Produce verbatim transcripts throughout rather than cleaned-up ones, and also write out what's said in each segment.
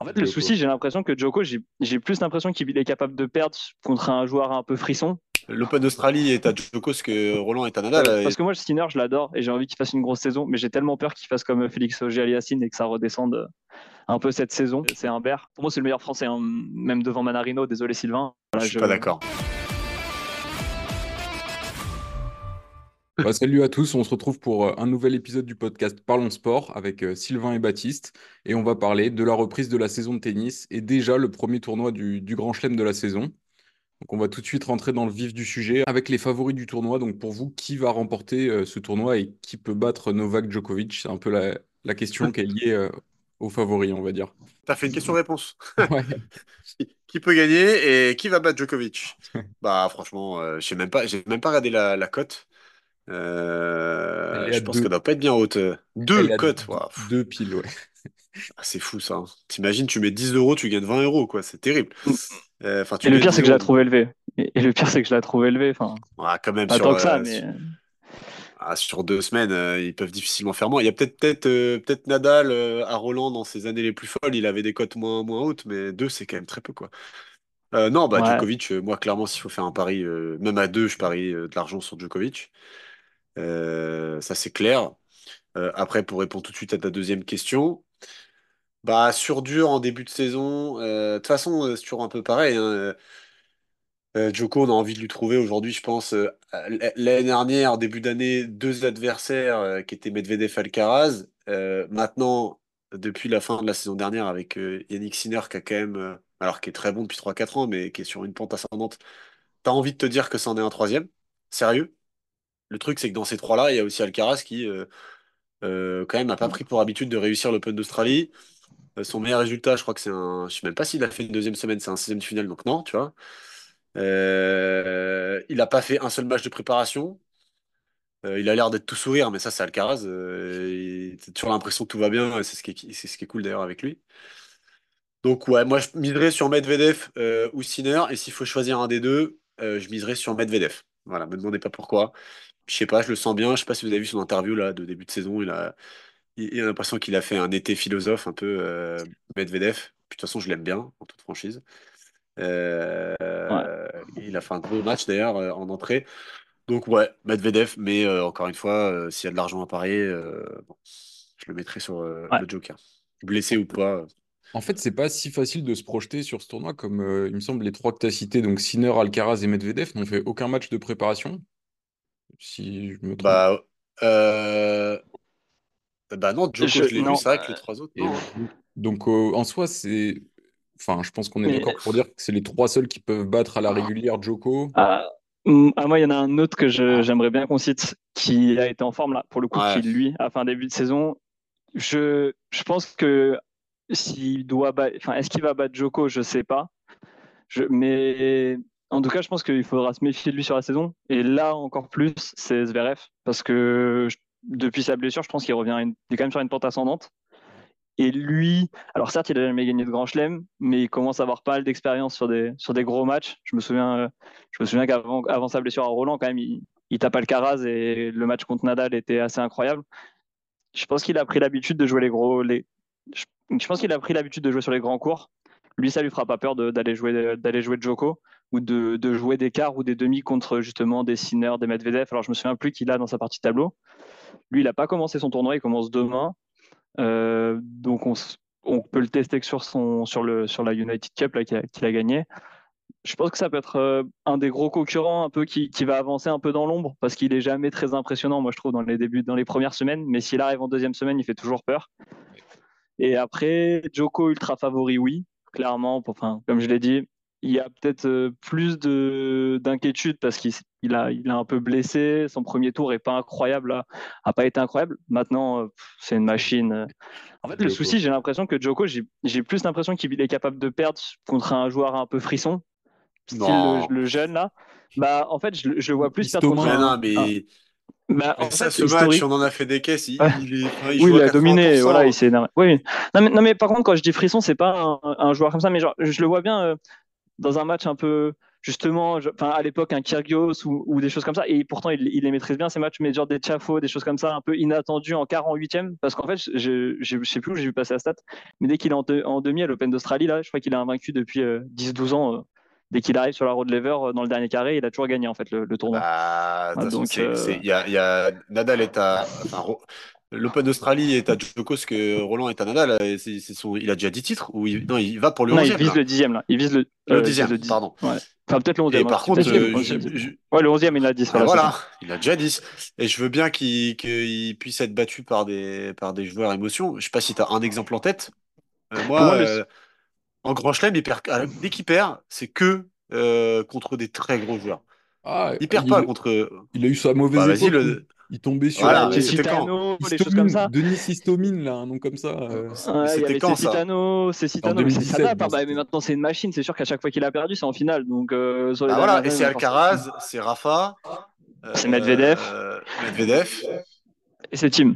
En fait, le Djoko. souci, j'ai l'impression que Djoko, j'ai j'ai plus l'impression qu'il est capable de perdre contre un joueur un peu frisson. L'Open d'Australie est à Djoko ce que Roland est à Nadal. Ouais, euh, parce que moi, Sinner, je l'adore et j'ai envie qu'il fasse une grosse saison, mais j'ai tellement peur qu'il fasse comme Félix Auger-Aliassime et que ça redescende euh, un peu cette saison. C'est un bear. Pour moi, c'est le meilleur français, hein, même devant Manarino. Désolé, Sylvain. Je Voilà, suis pas je... d'accord. Bah, salut à tous, on se retrouve pour euh, un nouvel épisode du podcast Parlons Sport avec euh, Sylvain et Baptiste et on va parler de la reprise de la saison de tennis et déjà le premier tournoi du, du Grand Chelem de la saison. Donc on va tout de suite rentrer dans le vif du sujet avec les favoris du tournoi. Donc pour vous, qui va remporter euh, ce tournoi et qui peut battre Novak Djokovic? C'est un peu la, la question qui est liée euh, aux favoris, on va dire. T'as fait une question-réponse. Ouais. Qui peut gagner et qui va battre Djokovic? Bah franchement, euh, je sais même pas, j'ai même pas regardé la, la cote. Elle Euh, est à je pense qu'elle deux. doit pas être bien haute. Deux Elle est à cotes, deux, waouh. deux piles, ouais. Ah, c'est fou ça, hein. T'imagines, tu mets dix euros, tu gagnes vingt euros, quoi. C'est terrible. Euh, Enfin, Et tu le gagnes pire, dix c'est que je euros. la trouve élevée. Et, et le pire, c'est que je la trouve élevée. Enfin, Ah, quand même pas sur, tant que ça, euh, mais sur, ah, sur deux semaines, euh, ils peuvent difficilement faire moins. Il y a peut-être peut-être euh, peut-être Nadal euh, à Roland dans ses années les plus folles, il avait des cotes moins moins hautes, mais deux c'est quand même très peu quoi. Euh, non, bah ouais. Djokovic, euh, moi clairement s'il faut faire un pari, euh, même à deux, je parie euh, de l'argent sur Djokovic. Euh, ça c'est clair. Euh, après, pour répondre tout de suite à ta deuxième question, bah sur dur en début de saison, euh, de toute façon euh, c'est toujours un peu pareil, hein. Euh, Djoko, on a envie de lui trouver aujourd'hui, je pense. Euh, l'année dernière, début d'année, deux adversaires euh, qui étaient Medvedev Alcaraz. Euh, maintenant, depuis la fin de la saison dernière, avec euh, Yannick Sinner, qui a quand même, euh, alors qui est très bon depuis trois quatre ans, mais qui est sur une pente ascendante, t'as envie de te dire que c'en est un troisième. Sérieux? Le truc, c'est que dans ces trois-là, il y a aussi Alcaraz qui, euh, euh, quand même, n'a pas pris pour habitude de réussir l'Open d'Australie. Euh, son meilleur résultat, je crois que c'est un. Je sais même pas s'il a fait une deuxième semaine, c'est un sixième de finale, donc non, tu vois. Euh, il n'a pas fait un seul match de préparation. Euh, il a l'air d'être tout sourire, mais ça, c'est Alcaraz. Euh, il- T'as toujours l'impression que tout va bien, et c'est ce qui est, c'est ce qui est cool d'ailleurs avec lui. Donc, ouais, moi, je miserais sur Medvedev euh, ou Sinner, et s'il faut choisir un des deux, euh, je miserais sur Medvedev. Voilà, me demandez pas pourquoi. Je sais pas, je le sens bien. Je sais pas si vous avez vu son interview là de début de saison. Il a, il, il a l'impression qu'il a fait un été philosophe un peu euh, Medvedev. Puis, de toute façon, je l'aime bien, en toute franchise. Euh, Ouais. il a fait un gros match d'ailleurs euh, en entrée. Donc ouais, Medvedev, mais euh, encore une fois, euh, s'il y a de l'argent à parier, euh, bon, je le mettrai sur euh, Ouais. le Joker. Blessé ou pas. euh. En fait, c'est pas si facile de se projeter sur ce tournoi comme euh, il me semble les trois que tu as cités, donc Sinner, Alcaraz et Medvedev, n'ont fait aucun match de préparation, si je me trompe. Bah, euh, bah non, Djoko, Je, je l'ai vu, non. c'est vrai que les trois autres, Et non, hein. donc euh, en soi, c'est, enfin, je pense qu'on est Mais d'accord pour dire que c'est les trois seuls qui peuvent battre à la régulière Djoko. ah, hum, ah, moi, il y en a un autre que je- Ah, j'aimerais bien qu'on cite qui a été en forme là, pour le coup, qui ouais. lui a fait un début de saison. Je, je pense que s'il doit battre, enfin, est-ce qu'il va battre Djoko? Je sais pas. Je, mais en tout cas, je pense qu'il faudra se méfier de lui sur la saison. Et là, encore plus, c'est Zverev. Parce que je- depuis sa blessure, je pense qu'il revient, à une- il est quand même sur une pente ascendante. Et lui, alors certes, il a jamais gagné de Grand Chelem, mais il commence à avoir pas mal d'expérience sur des, sur des gros matchs. Je me souviens, euh, je me souviens qu'avant avant sa blessure à Roland, quand même, il, il tape Alcaraz et le match contre Nadal était assez incroyable. Je pense qu'il a pris l'habitude de jouer les gros, les, je, je pense qu'il a pris l'habitude de jouer sur les grands cours. Lui, ça lui fera pas peur de- d'aller jouer, d'aller jouer Djoko ou de, de jouer des quarts ou des demi contre justement des Sinner, des Medvedev. Alors je me souviens plus qu'il a dans sa partie tableau. Lui, il a pas commencé son tournoi, il commence demain. Euh, donc on, on peut le tester que sur son sur le sur la United Cup là qu'il a, qu'il a gagné. Je pense que ça peut être euh, un des gros concurrents un peu qui, qui va avancer un peu dans l'ombre parce qu'il est jamais très impressionnant moi je trouve dans les débuts dans les premières semaines, mais s'il arrive en deuxième semaine il fait toujours peur. Et après Joko ultra favori, oui, clairement, enfin comme je l'ai dit, il y a peut-être euh, plus de d'inquiétude parce qu'il il a il a un peu blessé, son premier tour est pas incroyable là, a pas été incroyable. Maintenant euh, c'est une machine. euh, En fait, le Djoko. souci, j'ai l'impression que Djoko, j'ai j'ai plus l'impression qu'il est capable de perdre contre un joueur un peu frisson, style le, Non. le jeune là. Bah, en fait, je, le je le vois plus perdre contre Istomin, Mais non, un, un- mais, bah, mais en ça, fait, ce match, historique. on en a fait des caisses. Il, Ouais. il est, enfin, il Oui, joue il à a dominé. Voilà, il quatre-vingts pour cent. s'est énervé. Oui, oui. Non mais, non, mais par contre, quand je dis frisson, c'est pas un, un joueur comme ça, mais genre, je le vois bien euh, dans un match un peu. justement, je- enfin, à l'époque, un Kyrgios ou, ou des choses comme ça. Et pourtant, il, il les maîtrise bien ces matchs, mais genre des Tiafoe, des choses comme ça, un peu inattendues en quart, en huitième. Parce qu'en fait, je, je, je sais plus où j'ai vu passer la stat, mais dès qu'il est en, deux- en demi à l'Open d'Australie, là, je crois qu'il est invaincu depuis euh, dix douze ans. euh, dès qu'il arrive sur la road lever euh, dans le dernier carré, il a toujours gagné en fait le, le tournoi. Bah, de toute Ouais, façon, donc, c'est, c'est, euh, il y a, il y a, Nadal est à, enfin, Ro- l'Open d'Australie est à Djokovic que Roland est à Nadal. Et c'est, c'est son, il a déjà dix titres ou il, non, il va pour le non, il onzième vise là. le dixième là. Il vise le, Le euh, il vise dixième, le dix. pardon. Ouais. Enfin, peut-être le Et onzième. Ouais, par c'est contre, peut-être le euh, je, onzième. C'est bon. je- Ouais, le onzième, il a dix. ah, Voilà, c'est ça. voilà, il a déjà dix. Et je veux bien qu'il qu'il puisse être battu par des, par des joueurs émotion. Je sais pas si tu as un exemple en tête. Euh, Pour moi, moi, le, euh, en Grand Chelem, il perd, ah, dès qu'il perd, c'est que euh, contre des très gros joueurs. Ah, Il perd pas il, contre. il a eu sa Bah mauvaise vas-y, époque, lui. le. Il tombait sur ouais, Voilà, mais euh, c'était quand? Cécitano, les choses comme Istomine, ça. Denis Istomine, là, un nom comme ça. euh, Mais Ouais, il y c'était avait quand ça? Cécitano, en Cécitano, mais c'est- ça deux mille dix-sept. date, Bon, hein. Bah, mais c'était. maintenant c'est une machine. C'est sûr qu'à chaque fois qu'il a perdu, c'est en finale. Donc euh, sur les Bah voilà, dernières et c'est années, forcément, Alcaraz, c'est Rafa, c'est Medvedev euh, Medvedev. et c'est Team.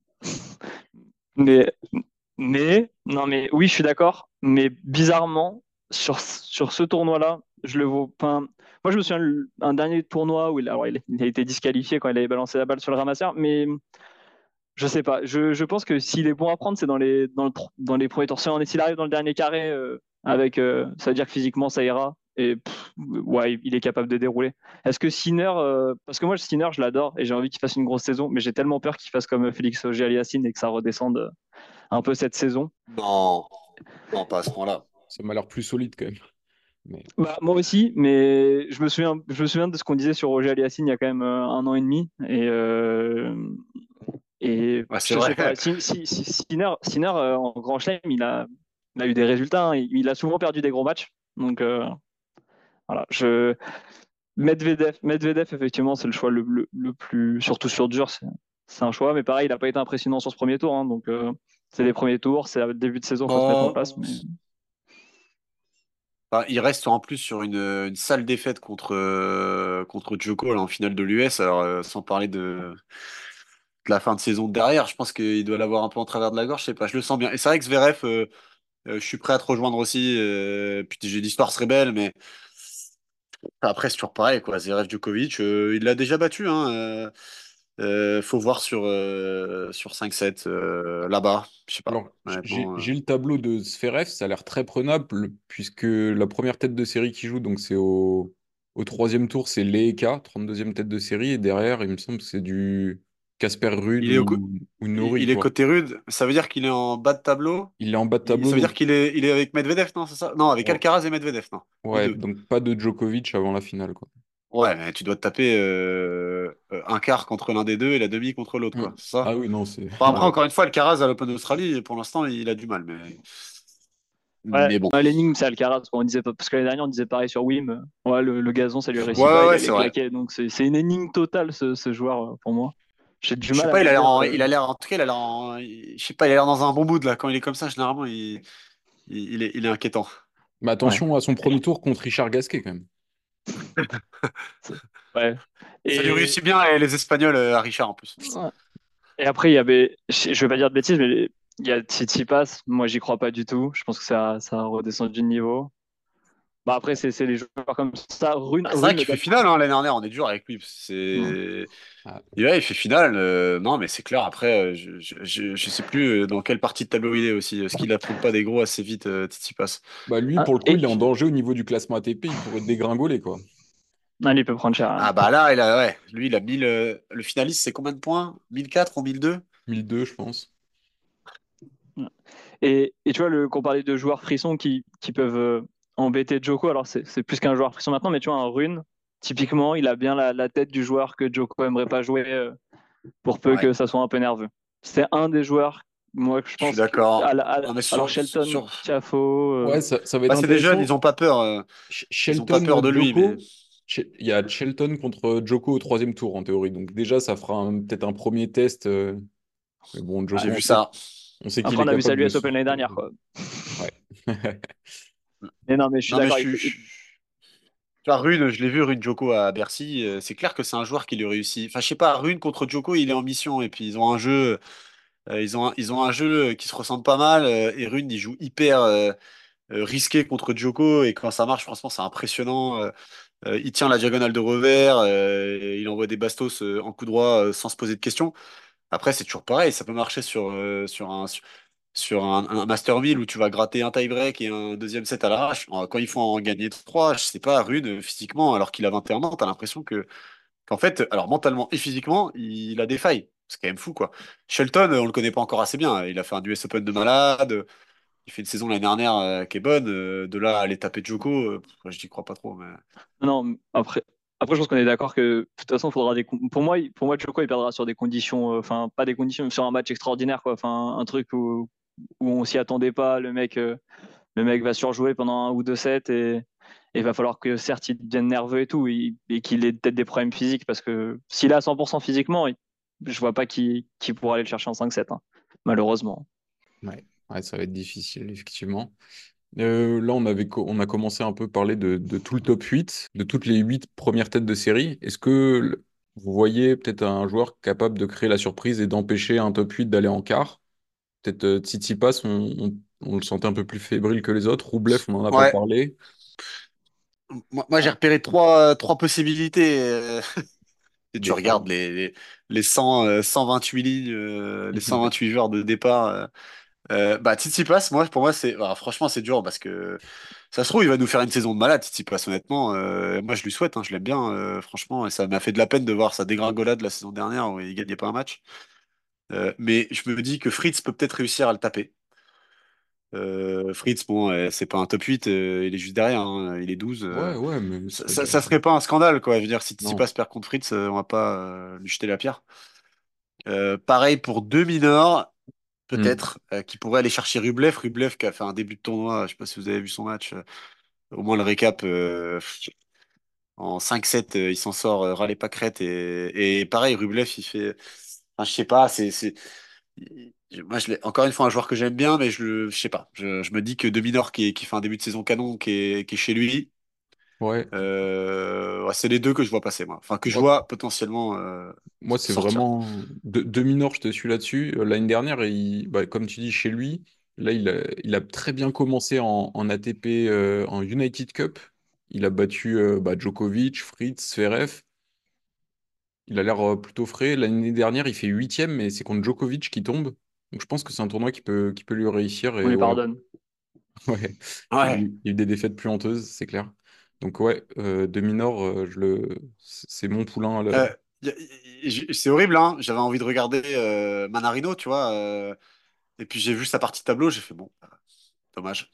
Mais, mais, non, mais oui, je suis d'accord. Mais bizarrement, sur, sur ce tournoi-là, je le vois. Enfin, moi, je me souviens un dernier tournoi où il, alors, il, il a été disqualifié quand il avait balancé la balle sur le ramasseur, mais je sais pas. Je, je pense que s'il est bon à prendre, c'est dans les, dans le, tro- dans les premiers tours. Si on est- s'il arrive dans le dernier carré, euh, avec, euh, ça veut dire que physiquement, ça ira. Et pff, ouais, il est capable de dérouler. Est-ce que Sinner, euh, parce que moi, Sinner, je l'adore et j'ai envie qu'il fasse une grosse saison, mais j'ai tellement peur qu'il fasse comme Félix Auger-Aliassime et que ça redescende euh, un peu cette saison. Non, non, pas à ce point-là. Ça m'a l'air plus solide quand même. Mais Bah, moi aussi, mais je me souviens, je me souviens de ce qu'on disait sur Roger Aliassime il y a quand même euh, un an et demi. Et, euh, et Ouais, c'est je sais vrai. pas, si, si, si- Sinner, Sinner, euh, en Grand Chelem, il a, il a eu des résultats, hein. Il, il a souvent perdu des gros matchs. Donc euh, voilà, je... Medvedev, Medvedev, effectivement, c'est le choix le, le, le plus, surtout sur dur, c'est c'est un choix. Mais pareil, il n'a pas été impressionnant sur ce premier tour. Hein. Donc euh, c'est les premiers tours, c'est le début de saison, il faut se mettre en Bon, place. Mais enfin, il reste en plus sur une, une sale défaite contre, euh, contre Djoko là, en finale de l'U S. Alors, euh, sans parler de, de la fin de saison de derrière, je pense qu'il doit l'avoir un peu en travers de la gorge. Je sais pas, je le sens bien. Et c'est vrai que Zverev, euh, euh, je suis prêt à te rejoindre aussi. Euh, puis j'ai l'histoire serait belle, mais après, c'est toujours pareil, quoi. Zverev Djokovic, euh, il l'a déjà battu, hein. Euh, euh, faut voir sur, euh, sur cinq sept euh, là-bas. Je sais pas, alors, j'ai honnêtement. euh. j'ai le tableau de Zverev, ça a l'air très prenable, puisque la première tête de série qui joue, donc c'est au, au troisième tour, c'est Leeka, trente-deuxième tête de série, et derrière, il me semble que c'est du Casper Ruud Il est, au co- ou, ou il Norrie, il est quoi. côté rude. Ça veut dire qu'il est en bas de tableau. Il est en bas de Il- tableau, ça veut dire donc, qu'il est, il est avec Medvedev, non, c'est ça? Non, avec ouais, Alcaraz et Medvedev, non. Les ouais, deux. donc pas de Djokovic avant la finale, quoi. Ouais, mais tu dois te taper euh, euh, un quart contre l'un des deux et la demi contre l'autre, Mm. quoi. C'est ça? Ah oui, non, c'est. Bon, après, Ouais. encore une fois, Alcaraz à l'Open d'Australie, pour l'instant, il a du mal, mais, ouais, mais bon. ouais, l'énigme, c'est Alcaraz. On disait, pas- parce que l'année dernière, on disait pareil sur Wim. euh, Ouais, le, le gazon, ça lui Ouais, réussit ouais, pas, il ouais, avait c'est vrai. claqué. Donc, c'est c'est une énigme totale, ce, ce joueur, euh, pour moi. J'ai du Je sais mal à pas, il me a l'air dire. en, euh, il a l'air, en tout cas, il a l'air en- je sais pas, il a l'air dans un bon mood, là. Quand il est comme ça, généralement, il, il, il est, il est inquiétant. Mais Ouais. attention à son premier tour contre Richard Gasquet, quand même. c'est- ouais. Ça lui Et, réussit bien, et les Espagnols, euh, à Richard, en plus. ouais. Et après, il y avait, je je vais pas dire de bêtises, mais il y a Tsitsipas. Moi, j'y crois pas du tout. Je pense que ça, ça a redescendu de niveau. Bah, après, c'est c'est les joueurs comme ça. Rune, Ah, c'est vrai Rune le qu'il fait Dan- finale, hein, l'année dernière, on est dur avec lui. Hmm. C'est... Ah, Et ouais, il fait finale. euh, non, mais c'est clair. Après, euh, je, je, je, je sais plus euh, dans quelle partie de tableau il est aussi. Est-ce qu'il affronte pas des gros assez vite, euh, Tsitsipas? bah lui, Ah, pour le coup, il est et en danger au niveau du classement A T P, il pourrait dégringoler, quoi. ah, lui, il peut prendre cher, hein. Ah bah là, il a, ouais, lui, il a mille. euh, le finaliste, c'est combien de points? mille quatre ou mille deux? mille deux, je pense. Et, et tu vois, le, qu'on parlait de joueurs frissons qui, qui peuvent euh, embêter Joko, alors c'est c'est plus qu'un joueur frisson maintenant, mais tu vois, un Rune, typiquement, il a bien la, la tête du joueur que Joko aimerait pas jouer euh, pour peu Ouais, que ça soit un peu nerveux. C'est un des joueurs, moi, que je je suis pense que. À, d'accord. la- à la- Non, mais alors, sur, Shelton, sur... Tiafoe, euh, Ouais, ça, ça va être Bah, c'est des jeunes, ils intéressant. ont pas peur. euh, Sh- ils ont pas Shelton, peur euh, de lui, mais. Djoko, Sh- il y a Shelton contre Djoko au troisième tour, en théorie. Donc déjà, ça fera un- peut-être un premier test. euh, Mais bon, J'ai Djoko, on vu sait, ça. on sait qu'il après, est on a vu ça à capable de l'U S se... Open l'année dernière, quoi. Ouais. Mais non, mais je suis Non, mais je d'accord. il suis. peut- je il- suis- Tu vois, Rune, je l'ai vu, Rune Djoko à Bercy. euh, C'est clair que c'est un joueur qui lui réussit. Enfin, je sais pas, Rune contre Djoko, il est en mission. Et puis, ils ont un jeu, euh, ils ont un, ils ont un jeu qui se ressemble pas mal. euh, et Rune, il joue hyper, euh, euh, risqué contre Djoko et quand ça marche, franchement, c'est impressionnant. Euh, euh, il tient la diagonale de revers, euh, et il envoie des bastos euh, en coup droit euh, sans se poser de questions. Après, c'est toujours pareil, ça peut marcher sur, euh, sur un, sur, sur un, un Master mille où tu vas gratter un tie-break et un deuxième set à l'arrache. En- Quand il faut en gagner trois, je sais pas, rude euh, physiquement, alors qu'il a vingt et un ans, t'as l'impression que qu'en fait, alors mentalement et physiquement, il a des failles. C'est quand même fou, quoi. Shelton, euh, on le connaît pas encore assez bien. Il a fait un U S Open de malade. Il fait une saison l'année dernière euh, qui est bonne. Euh, de là à aller taper Djoko, euh, pff, je n'y crois pas trop. Mais... Non, après, après, je pense qu'on est d'accord que de toute façon, il faudra des. con- Pour moi, il- pour moi, Djoko, il perdra sur des conditions, euh, enfin, pas des conditions, mais sur un match extraordinaire, quoi. Enfin, un truc où, où on s'y attendait pas. Le mec, euh, le mec va surjouer pendant un ou deux sets et et il va falloir que certes il devienne nerveux et tout et, et qu'il ait peut-être des problèmes physiques parce que s'il est à cent pour cent physiquement, il- je vois pas qui, qui pourra aller le chercher en cinq sept, hein, malheureusement. Ouais. Ouais, ça va être difficile, effectivement. Euh, là, on avait co- on a commencé un peu à parler de, de tout le top huit, de toutes les huit premières têtes de série. Est-ce que le- vous voyez peut-être un joueur capable de créer la surprise et d'empêcher un top huit d'aller en quart? Peut-être euh, Tsitsipas, on, on- on le sentait un peu plus fébrile que les autres. Roublev, on n'en a pas Ouais, parlé. moi, moi, j'ai repéré trois, trois possibilités. euh, Et tu Des regardes femmes. les, les, les cent, euh, cent vingt-huit lignes, euh, les cent vingt-huit joueurs de départ. Euh, euh, bah, Tsitsipas, moi, pour moi, c'est, bah, franchement, c'est dur parce que ça se trouve, il va nous faire une saison de malade, Tsitsipas, honnêtement. Euh, moi, je lui souhaite, hein, je l'aime bien, euh, franchement. Et ça m'a fait de la peine de voir sa dégringolade la saison dernière où il gagnait pas un match. Euh, mais je me dis que Fritz peut peut-être réussir à le taper. Euh, Fritz, bon, euh, c'est pas un top huit, euh, il est juste derrière, hein, il est douze. Ouais, euh, ouais, mais ce ça, serait ça, déjà. ça serait pas un scandale, quoi. Je veux dire, si Non. Tsitsipas perd contre Fritz, euh, on va pas euh, lui jeter la pierre. Euh, pareil pour deux mineurs, Hmm. peut-être, euh, qui pourraient aller chercher Rublev. Rublev qui a fait un début de tournoi, je sais pas si vous avez vu son match, euh, au moins le récap, euh, en cinq sept, euh, il s'en sort euh, ras les pâquerettes. Et, et pareil, Rublev, il fait. Enfin, je sais pas, c'est. c'est- il- Moi, je l'ai- encore une fois, un joueur que j'aime bien, mais je, le- je sais pas. Je, je me dis que De Minaur, qui, est- qui fait un début de saison canon, qui est, qui est chez lui, Ouais. euh, ouais, c'est les deux que je vois passer, moi. Enfin, que je Moi, vois potentiellement euh, moi c'est sortir. vraiment. De, de Minor, je te suis là-dessus. Euh, L'année dernière, il, bah, comme tu dis, chez lui, là, il a, il a très bien commencé en, en A T P, euh, en United Cup. Il a battu euh, bah, Djokovic, Fritz, Zverev. Il a l'air euh, plutôt frais. L'année dernière, il fait huitième, mais c'est contre Djokovic qui tombe. Donc je pense que c'est un tournoi qui peut, qui peut lui réussir. On Et lui ouais, pardonne. ouais. Il y a Ouais. eu, il y a eu des défaites plus honteuses, c'est clair. Donc ouais, euh, de Minor, euh, je le... c'est mon poulain. le- Euh, y a- y- y- c'est horrible, hein. J'avais envie de regarder euh, Manarino, tu vois. euh, et puis j'ai vu sa partie tableau, j'ai fait bon, dommage.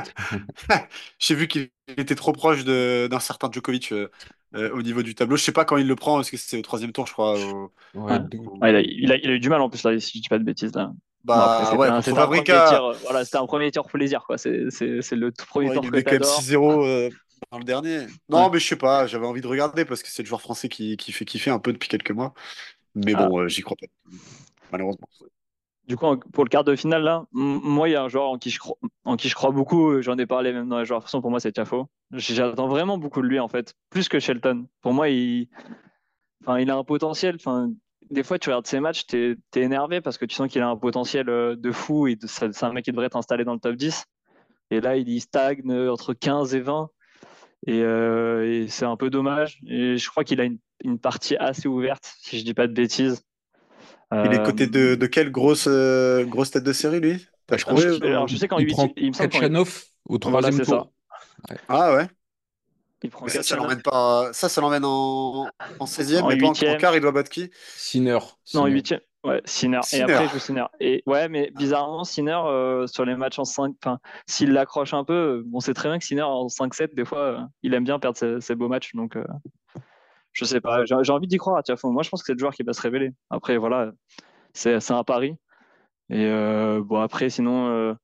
J'ai vu qu'il était trop proche de- d'un certain Djokovic euh, euh, au niveau du tableau. Je sais pas quand il le prend, parce que c'est au troisième tour, je crois. au- Ouais, Ouais. d'où- Ouais, il a, au- il a- il a eu du mal en plus là, si je dis pas de bêtises là. Bon après Bah c'était ouais, un, contre c'était un premier tir, Fabrica. euh, voilà, c'était un premier tir plaisir quoi. C'est, c'est, c'est le tout premier Ouais, tour il que met quand même six t'adores. zéro euh, dans le dernier. Ouais. Non, mais je sais pas, j'avais envie de regarder parce que c'est le joueur français qui, qui fait kiffer un peu depuis quelques mois. Mais Ah, bon, euh, j'y crois pas, malheureusement. du coup, en- pour le quart de finale là, m- moi il y a un joueur en qui je crois, en qui je crois beaucoup. euh, J'en ai parlé même dans les joueurs. De toute façon, pour moi c'est Tiafoe. J'attends vraiment beaucoup de lui en fait, plus que Shelton. Pour moi, il, enfin, il a un potentiel. Enfin, des fois, tu regardes ses matchs, t'es, t'es énervé parce que tu sens qu'il a un potentiel euh, de fou et de- ça- c'est un mec qui devrait être installé dans le top dix. Et là, il y stagne entre quinze et vingt. Et, euh, et c'est un peu dommage. Et je crois qu'il a une, une partie assez ouverte, si je dis pas de bêtises. Il est Euh, côté de, de quelle grosse, euh, grosse tête de série, lui? T'as Bah, je crois trouvé? qu'il alors, euh je il, sais qu'en il huit, prend il me semble qu'en Kachanov au voilà, troisième c'est ça. tour. Ouais. Ah ouais? Il prend Mais ça, ça Kachanov l'emmène pas. Ça, ça l'emmène en, en seizième, en mais pas en, en huitième. quart, il doit battre qui? Sinner, Non, en Sinner. huitième. Ouais, Sinner. Et Sinner. après, il joue Sinner. Et ouais, mais bizarrement, Sinner, euh, sur les matchs en cinq, enfin, s'il l'accroche un peu, euh, on sait très bien que Sinner en cinq sept, des fois, euh, il aime bien perdre ses, ses beaux matchs. Donc, euh, je sais pas. J'ai j'ai envie d'y croire à Tiafoe. Moi, je pense que c'est le joueur qui va se révéler. Après, voilà, c'est c'est un pari. Et euh, bon, après, sinon, euh,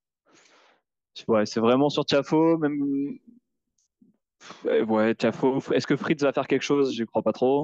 ouais, c'est vraiment sur Tiafoe. Même, ouais, ouais, Tiafoe. Est-ce que Fritz va faire quelque chose? J'y crois pas trop.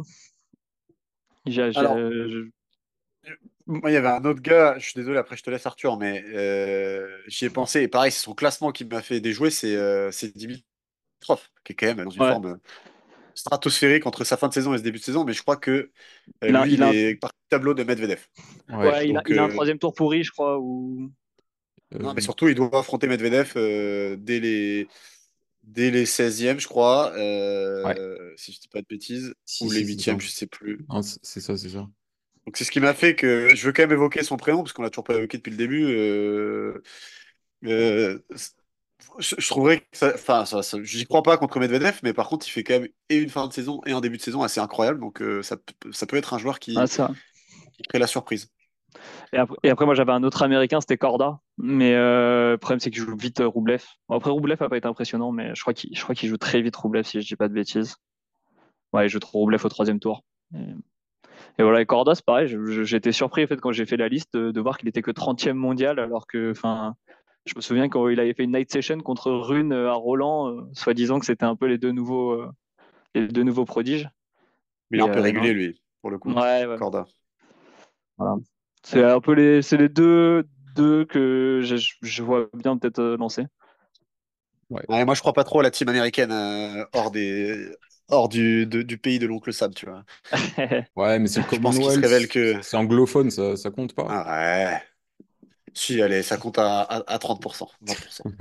J'ai- j'ai- Alors, je- moi, il y avait un autre gars, je suis désolé, après je te laisse Arthur, mais euh, j'y ai pensé. Et pareil, c'est son classement qui m'a fait déjouer, c'est euh, c'est Dimitrov, qui est quand même dans une ouais, forme euh, stratosphérique entre sa fin de saison et ce début de saison. Mais je crois que euh, il a, lui, il il a, un- est parti tableau de Medvedev. Ouais. ouais, il a, Donc, il a un euh, troisième tour pourri, je crois. Ou... Euh, Non, mais surtout, il doit affronter Medvedev euh, dès les, dès les seizièmes, je crois, ouais, euh, si je dis pas de bêtises, si, ou les si, c'est ça. huitièmes, je sais plus. Non, c'est c'est ça, c'est ça. Donc c'est ce qui m'a fait que je veux quand même évoquer son prénom, parce qu'on l'a toujours pas évoqué depuis le début. euh, euh, je, je trouverais que ça, enfin, ça, ça- j'y crois pas contre Medvedev, mais par contre, il fait quand même et une fin de saison et un début de saison assez incroyable. Donc euh, ça, peut- ça peut être un joueur Ah, qui, ça. qui crée la surprise. Et après, et après, moi, j'avais un autre américain, c'était Corda. Mais euh, le problème, c'est qu'il joue vite euh, Roublev. Bon, après, Roublev n'a pas été impressionnant, mais je crois qu'il je crois qu'il joue très vite Roublev, si je dis pas de bêtises. Ouais, il joue trop Roublev au troisième tour. Et, et voilà, et Corda, c'est pareil. je- je- J'ai été surpris, en fait, quand j'ai fait la liste, de, de voir qu'il était que trentième mondial, alors que, enfin, je me souviens quand il avait fait une night session contre Rune euh, à Roland, euh, soi-disant que c'était un peu les deux nouveaux, euh, les deux nouveaux prodiges. Mais il est Et un peu euh, non, régulier, lui, pour le coup. ouais, ouais. Corda. Voilà. C'est un peu les, c'est les deux, deux que je, je vois bien peut-être euh, lancer. Ouais. Ouais, moi, je crois pas trop à la team américaine euh, hors des, hors du, de- du pays de l'oncle Sam, tu vois. Ouais, mais c'est le Je pense qu'il se Commonwealth, révèle que. c'est anglophone, ça, ça compte pas. Ah ouais. Si, allez, ça compte à, à, à trente pour cent, vingt pour cent.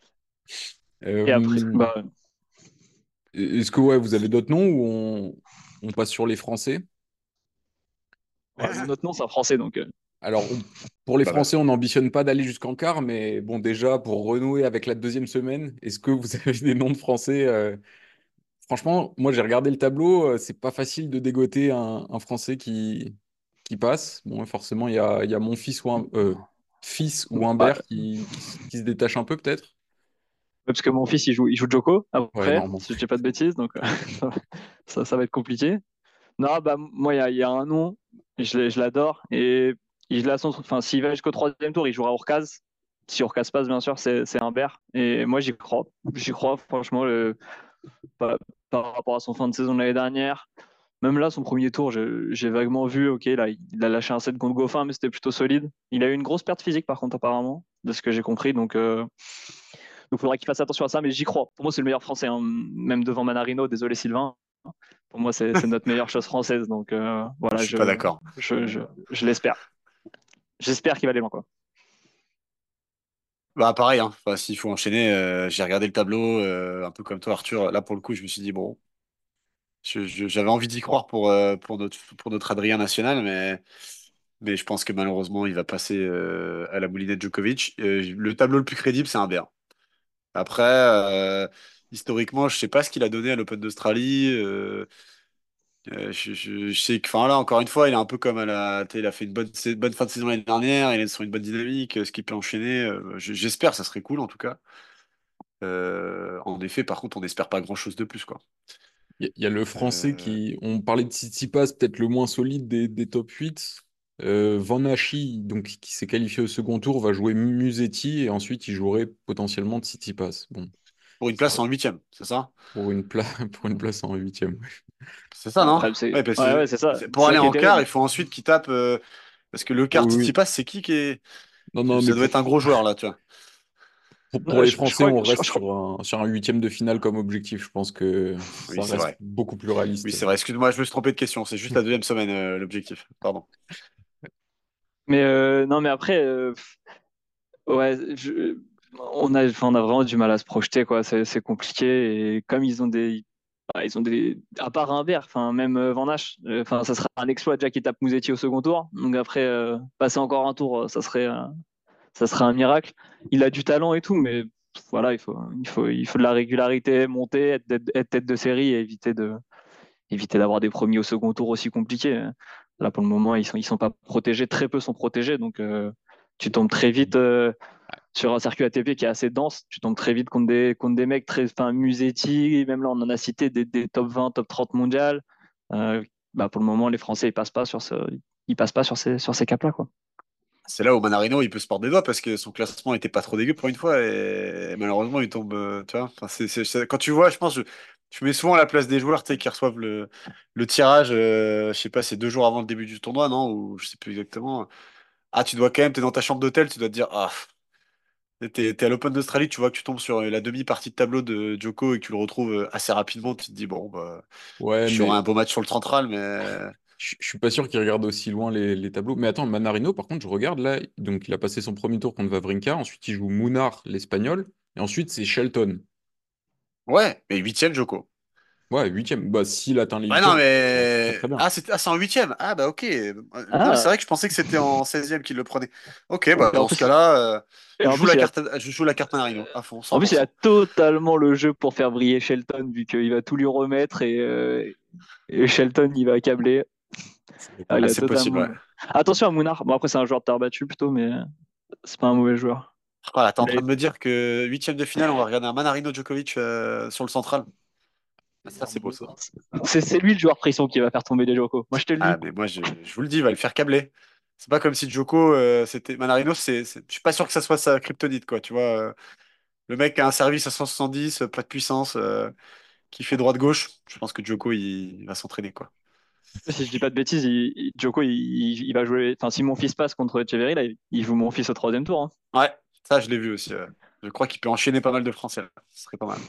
Et après, Euh, bah, Est-ce que ouais, vous avez d'autres noms ou on, on passe sur les Français? ouais, notre nom, c'est un français, donc euh, Alors, on- pour les Bah, bah, Français, on n'ambitionne pas d'aller jusqu'en quart, mais bon, déjà, pour renouer avec la deuxième semaine, est-ce que vous avez des noms de Français? euh, Franchement, moi, j'ai regardé le tableau, euh, c'est pas facile de dégoter un, un Français qui, qui passe. Bon, forcément, il y a, il y a mon fils ou un, euh, fils ou bah, Humbert qui, qui, s- qui se détache un peu, peut-être. parce que mon fils, il joue, il joue Joko Ouais, après, non, si je dis pas de bêtises, donc euh, ça, ça va être compliqué. Non, bah, moi, il y a, il y a un nom, je l'ai- je l'adore, et il a son, enfin, s'il va jusqu'au troisième tour, il jouera Urkaz. Si Urkaz passe, bien sûr, c'est c'est Humbert. Et moi, j'y crois. J'y crois, franchement, le, par, par rapport à son fin de saison de l'année dernière. Même là, son premier tour, je- j'ai vaguement vu, ok, là, il a lâché un set contre Goffin, mais c'était plutôt solide. Il a eu une grosse perte physique, par contre, apparemment, de ce que j'ai compris. Donc, euh, donc, il faudra qu'il fasse attention à ça, mais j'y crois. Pour moi, c'est le meilleur français, hein, même devant Manarino. Désolé, Sylvain. Pour moi, c'est c'est notre meilleure chose française. Donc, euh, je voilà, suis pas je, d'accord. je, je, je l'espère. J'espère qu'il va aller loin, quoi. Bah, pareil, hein. Enfin, s'il faut enchaîner, euh, j'ai regardé le tableau, euh, un peu comme toi, Arthur. Là, pour le coup, je me suis dit, bon, je- je- j'avais envie d'y croire pour, euh, pour notre, pour notre Adrien national, mais, mais je pense que malheureusement, il va passer euh, à la moulinette Djokovic. Euh, le tableau le plus crédible, c'est Humbert. Après, euh, historiquement, je sais pas ce qu'il a donné à l'Open d'Australie. euh, Euh, je, je- je sais que, enfin là, encore une fois, il est un peu comme à la, tu sais, il a fait une bonne, sa- bonne fin de saison l'année dernière, il est sur une bonne dynamique, euh, ce qu'il peut enchaîner, euh, je- j'espère, ça serait cool en tout cas. Euh, en effet, par contre, on n'espère pas grand-chose de plus, quoi. Il y, a il y a le Français Euh, qui, on parlait de Tsitsipas, peut-être le moins solide des, des top huit. Euh, Van Hache, donc, qui s'est qualifié au second tour, va jouer Musetti et ensuite il jouerait potentiellement Tsitsipas. Bon, pour une ça place va. en huitième, c'est ça? Pour une, pla- pour une place en huitième. C'est ça, Bon, non? après, c'est Ouais, parce ouais, que ouais, c'est ça. c'est- pour C'est ça aller qui est en quart, terrible. il faut ensuite qu'il tape, euh, parce que le quart Oui, oui. Tsitsipas, c'est qui qui est, Non, non, mais ça doit pour, être un gros joueur là, tu vois. pour, pour Non, les je, je Français, crois, on je, reste je crois- sur un, sur un huitième de finale comme objectif. Je pense que Oui, ça c'est reste vrai. beaucoup plus Oui, réaliste. c'est vrai. Excuse-moi, je me suis trompé de question. C'est juste la deuxième semaine, euh, l'objectif. Pardon. Mais euh, non, mais après, euh, ouais, je- on a, enfin, on a vraiment du mal à se projeter, quoi. C'est c'est compliqué. Et comme ils ont des, ah, ils ont des, à part Humbert, enfin, même euh, Van Hache, euh, enfin, ça serait un exploit déjà qu'il tape Musetti au second tour. Donc après, euh, passer encore un tour, euh, ça serait, euh, ça serait un miracle. Il a du talent et tout, mais voilà, il faut, il faut, il faut de la régularité, monter, être, être- être tête de série et éviter de, éviter d'avoir des premiers au second tour aussi compliqués. Là, pour le moment, ils sont, ils sont pas protégés, très peu sont protégés, donc euh, tu tombes très vite euh, sur un circuit A T P qui est assez dense. Tu tombes très vite contre des, contre des mecs très, enfin, Musetti, même là, on en a cité des, des top vingt, top trente mondial. Euh, bah, pour le moment, les Français, ils passent pas sur ce, ils passent pas sur ces, sur ces caps-là, quoi. C'est là où Manarino il peut se porter des doigts parce que son classement était pas trop dégueu pour une fois et malheureusement il tombe. euh, Tu vois, enfin, c'est, c'est- c'est- quand tu vois, je pense, je, je mets souvent à la place des joueurs tu sais, qui reçoivent le, le tirage, euh, je sais pas, c'est deux jours avant le début du tournoi, non? Ou je sais plus exactement. Ah, tu dois quand même, t'es dans ta chambre d'hôtel, tu dois te dire, ah, t'es, t'es à l'Open d'Australie, tu vois que tu tombes sur la demi-partie de tableau de Djoko et que tu le retrouves euh, assez rapidement, tu te dis, bon, bah, Ouais, j'aurai mais un beau match sur le central, mais. Je je suis pas sûr qu'il regarde aussi loin les, les tableaux. Mais attends, Manarino, par contre, je regarde là. Donc, il a passé son premier tour contre Wawrinka. Ensuite, il joue Munar, l'Espagnol. Et ensuite, c'est Shelton. Ouais, mais huitième Joko. Ouais, huitième. Bah, s'il atteint les Ouais, non, huitièmes, c'est très mais. très bien. Ah, c'est ah, c'est en huitième. Ah, bah, ok. Euh, Non, mais c'est Ah, vrai que je pensais que c'était en seizième qu'il le prenait. Ok, bah, et en dans ce plus, cas-là, euh, et je en joue plus, la il a, carte, je joue la carte Manarino à fond, en plus, il a cent pour cent. totalement le jeu pour faire briller Shelton, vu qu'il va tout lui remettre et, euh, et Shelton, il va accabler. C'est Ah, pas il Ah, a mal. c'est possible, totalement ouais. le- Attention à Mounard. Bon, après, c'est un joueur de terre battue plutôt, mais c'est pas un mauvais joueur. Voilà, t'es en Il train a- de me dire que huitième de finale, on va regarder un Manarino Djokovic euh, sur le central. Ah, ça, c'est beau, ça. C'est c'est lui le joueur frisson qui va faire tomber les Joko. Moi, je te le dis. Ah, mais moi, je, je vous le dis, il va le faire câbler. C'est pas comme si Djoko, euh, c'était. Manarino, c'est, c'est- je suis pas sûr que ça soit sa kryptonite, quoi. Tu vois, euh, le mec a un service à cent soixante-dix, euh, pas de puissance, euh, qui fait droite-gauche. Je pense que Djoko, il, il va s'entraîner, quoi. Si je dis pas de bêtises, il, il- Djoko, il, il- il va jouer. Enfin, si mon fils passe contre Echeverry, là, il, il joue mon fils au troisième tour, hein. Ouais, ça, je l'ai vu aussi. euh. Je crois qu'il peut enchaîner pas mal de Français, là. Ce serait pas mal.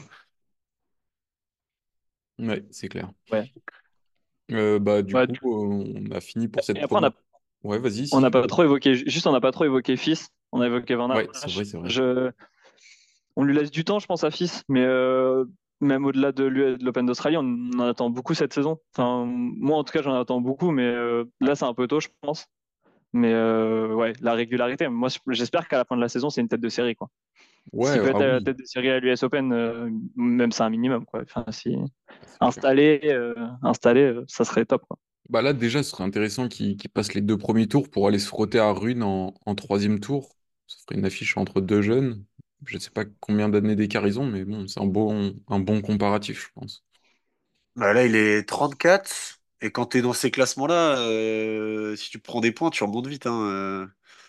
Ouais, c'est clair. Ouais. Euh, bah, du Ouais, coup, du- euh, on a fini pour cette Et après, on première. a, Ouais, vas-y, on n'a si. pas trop évoqué. Juste, on n'a pas trop évoqué Fils. On a évoqué Van Ouais, c'est vrai, Hache. c'est vrai. Je, on lui laisse du temps, je pense, à Fils. Mais euh, même au-delà de lui- de l'Open d'Australie, on en attend beaucoup cette saison. Enfin, moi, en tout cas, j'en attends beaucoup. Mais euh, là, c'est un peu tôt, je pense. Mais euh, ouais, la régularité. Moi, j'espère qu'à la fin de la saison, c'est une tête de série, quoi. Ouais, S'il peut ah être à la oui, tête de série à l'U S Open, euh, même c'est un minimum, quoi. Enfin, si ah, c'est clair. installé, euh, installé, euh, ça serait top, quoi. Bah là, déjà, ce serait intéressant qu'il qu'il passe les deux premiers tours pour aller se frotter à Rune en, en troisième tour. Ça ferait une affiche entre deux jeunes. Je ne sais pas combien d'années d'écart ils ont, mais bon, c'est un bon, un bon comparatif, je pense. Bah, là, il est trente-quatre. Et quand tu es dans ces classements-là, euh, si tu prends des points, tu remontes vite, hein. euh.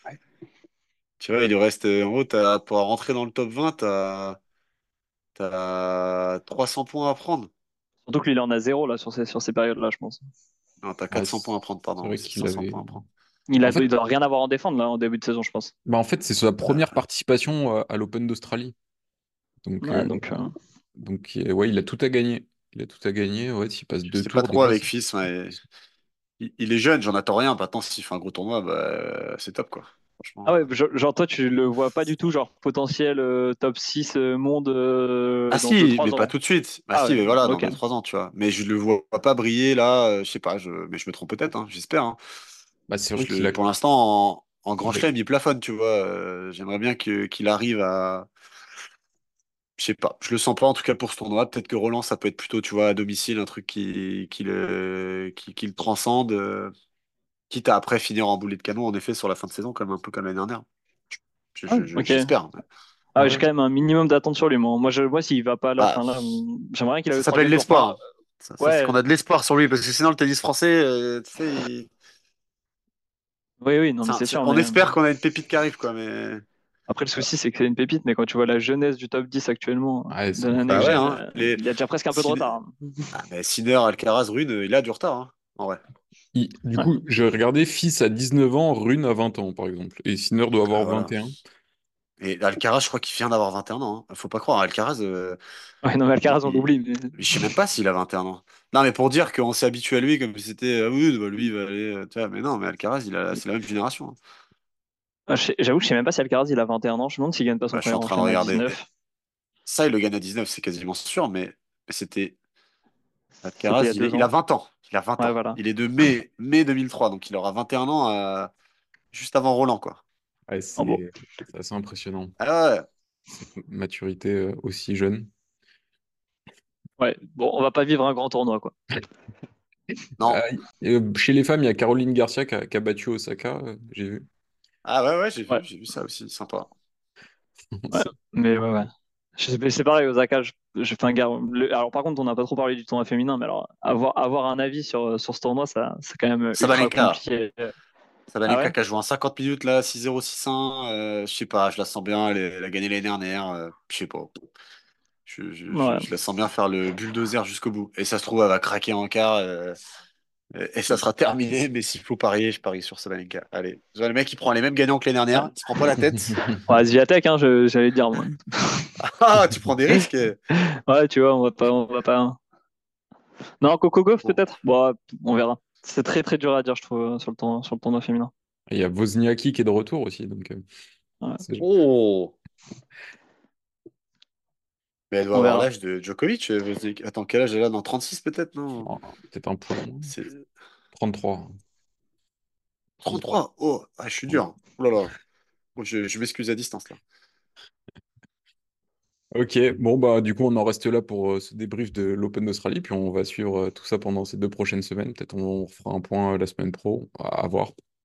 Tu vois, il lui reste euh, en haut, t'as- pour rentrer dans le top vingt, t'as, t'as trois cents points à prendre. Surtout que lui, il en a zéro, là, sur ces, sur ces périodes-là, je pense. Non, t'as Ouais, quatre cents c'est points à prendre, c'est pardon. vrai C'est qu'il cinq cents avait. points à prendre. Il a, En fait, il doit rien avoir à en défendre, là, en début de saison, je pense. bah en fait c'est sa première participation euh, à l'Open d'Australie. Donc, Ouais, euh, donc, euh, donc euh, ouais, il a tout à gagner. Il a tout à gagner. Ouais, s'il passe Je deux sais pas tours, trop déjà, avec c'est. Fils, mais il, il est jeune, j'en attends rien. Maintenant, s'il fait un gros tournoi, bah, c'est top, quoi. ah Franchement. ouais, euh. je- genre, toi, tu le vois pas du tout, genre, potentiel euh, top six euh, monde Ah euh, dans deux si, mais trois pas ans. tout de suite. Ah Ah si, ouais, mais voilà, dans ok. deux trois ans, tu vois. Mais je le vois pas briller là, euh, je sais pas, je... mais je me trompe peut-être, hein, j'espère, hein. Bah, c'est vrai Je qu'il le... a. Pour l'instant, en, en grand il chelem, il plafonne, tu vois. Euh, j'aimerais bien que... qu'il arrive à. Je sais pas, je le sens pas en tout cas pour ce tournoi. Peut-être que Roland, ça peut être plutôt, tu vois, à domicile, un truc qui, qui le... qui... qui le transcende. euh, Quitte à après finir en boulet de canon, en effet, sur la fin de saison, comme un peu comme l'année dernière. Je- Ah, je- je- ok. J'espère. Ah, j'ai Ouais. quand même un minimum d'attente sur lui, moi. Moi, je, moi, s'il va pas là, Bah, fin là, j'aimerais bien qu'il aille ça au s'appelle troisième tour. Enfin, l'espoir, hein. Ça, ça, c'est ouais, qu'on a de l'espoir sur lui, parce que sinon, le tennis français, euh, tu sais, il- oui, oui, non, mais ça- c'est c'est- sûr. on Mais espère qu'on a une pépite qui arrive, quoi. Mais après, le souci, c'est que c'est une pépite. Mais quand tu vois la jeunesse du top dix actuellement Ouais, de c'est la bah next ouais, gen, hein. euh, Les... il y a déjà presque un peu de Sin- retard, hein. Ah, mais Sinner, Alcaraz, Rune, euh, il a du retard, hein, en vrai. Il- Du Ouais. coup, j'ai regardé Fils à dix-neuf ans, Rune à vingt ans, par exemple. Et Sinner doit avoir Ah, voilà. vingt et un. Et Alcaraz, je crois qu'il vient d'avoir vingt et un ans, hein. Faut pas croire, Alcaraz, euh, Ouais, non, mais il, Alcaraz, on il- l'oublie. Mais... je sais même pas s'il a vingt et un ans. Non, mais pour dire qu'on s'est habitué à lui comme si c'était, ah oui, bah, lui, il va aller, euh, tu vois, mais non, mais Alcaraz, il a... c'est la même génération, hein. Ah, je sais- j'avoue que je sais même pas si Alcaraz, il a vingt et un ans. Je me demande s'il gagne pas son Bah, je suis premier en grand train de chelem à regarder. dix-neuf. Ça, il le gagne à dix-neuf, c'est quasiment sûr, mais, mais c'était. C'était il y Alcaraz, a il, est- deux il a ans. vingt ans. Il a vingt Ouais, ans. voilà. Il est de mai, mai deux mille trois, donc il aura vingt et un ans euh, juste avant Roland, quoi. Ouais, En bon. c'est c'est assez impressionnant. Ah ouais. Cette maturité euh, aussi jeune. Ouais, bon, on va pas vivre un grand tournoi, quoi. Non. Ah, et, euh, chez les femmes, il y a Caroline Garcia qui a, qui a battu Osaka, euh, j'ai vu. Ah ouais, ouais, j'ai Ouais, vu, j'ai vu ça aussi. Sympa. ouais. C'est- Mais ouais, ouais. Je sais- C'est pareil, Osaka, je, je fais un gars. le- Alors, par contre, on n'a pas trop parlé du tournoi féminin, mais alors, avoir, avoir un avis sur, sur ce tournoi, ça, c'est quand même ultra Sabalenka. compliqué. Ah Sabalenka ouais? qui a joué en cinquante minutes, là, six zéro, six un. Euh, je sais pas, je la sens bien. Elle, est- elle a gagné l'année dernière. euh, je sais pas. Je, je, je, Ouais. je la sens bien faire le bulldozer jusqu'au bout. Et ça se trouve, elle va craquer en quart. euh, Et ça sera terminé, mais s'il faut parier, je parie sur Sabalenka. Allez. Je vois le mec, il prend les mêmes gagnants que l'année dernière, il se prend pas la tête. Ouais, Zviatek, hein, je- j'allais dire, moi. Ah, tu prends des risques. Ouais, tu vois, on va pas, on va pas. Non, Coco Gauff, Bon. peut-être? Bon, on verra. c'est très très dur à dire, je trouve, euh, sur le tournoi, sur le tournoi féminin. Et il y a Wozniacki qui est de retour aussi, donc euh, Ouais, c'est- Oh! Mais elle doit on avoir verra. l'âge de Djokovic. euh, Wozniak- Attends, quel âge elle a? Dans trente-six peut-être, non? oh, peut-être un poil moins. C'est trente-trois. trente-trois. trente-trois. Oh, ah, je suis dur. Oh là là. Oh, je, je m'excuse à distance là. Ok, bon bah du coup on en reste là pour euh, ce débrief de l'Open d'Australie, puis on va suivre euh, tout ça pendant ces deux prochaines semaines. Peut-être on, on fera un point euh, la semaine pro, à à voir.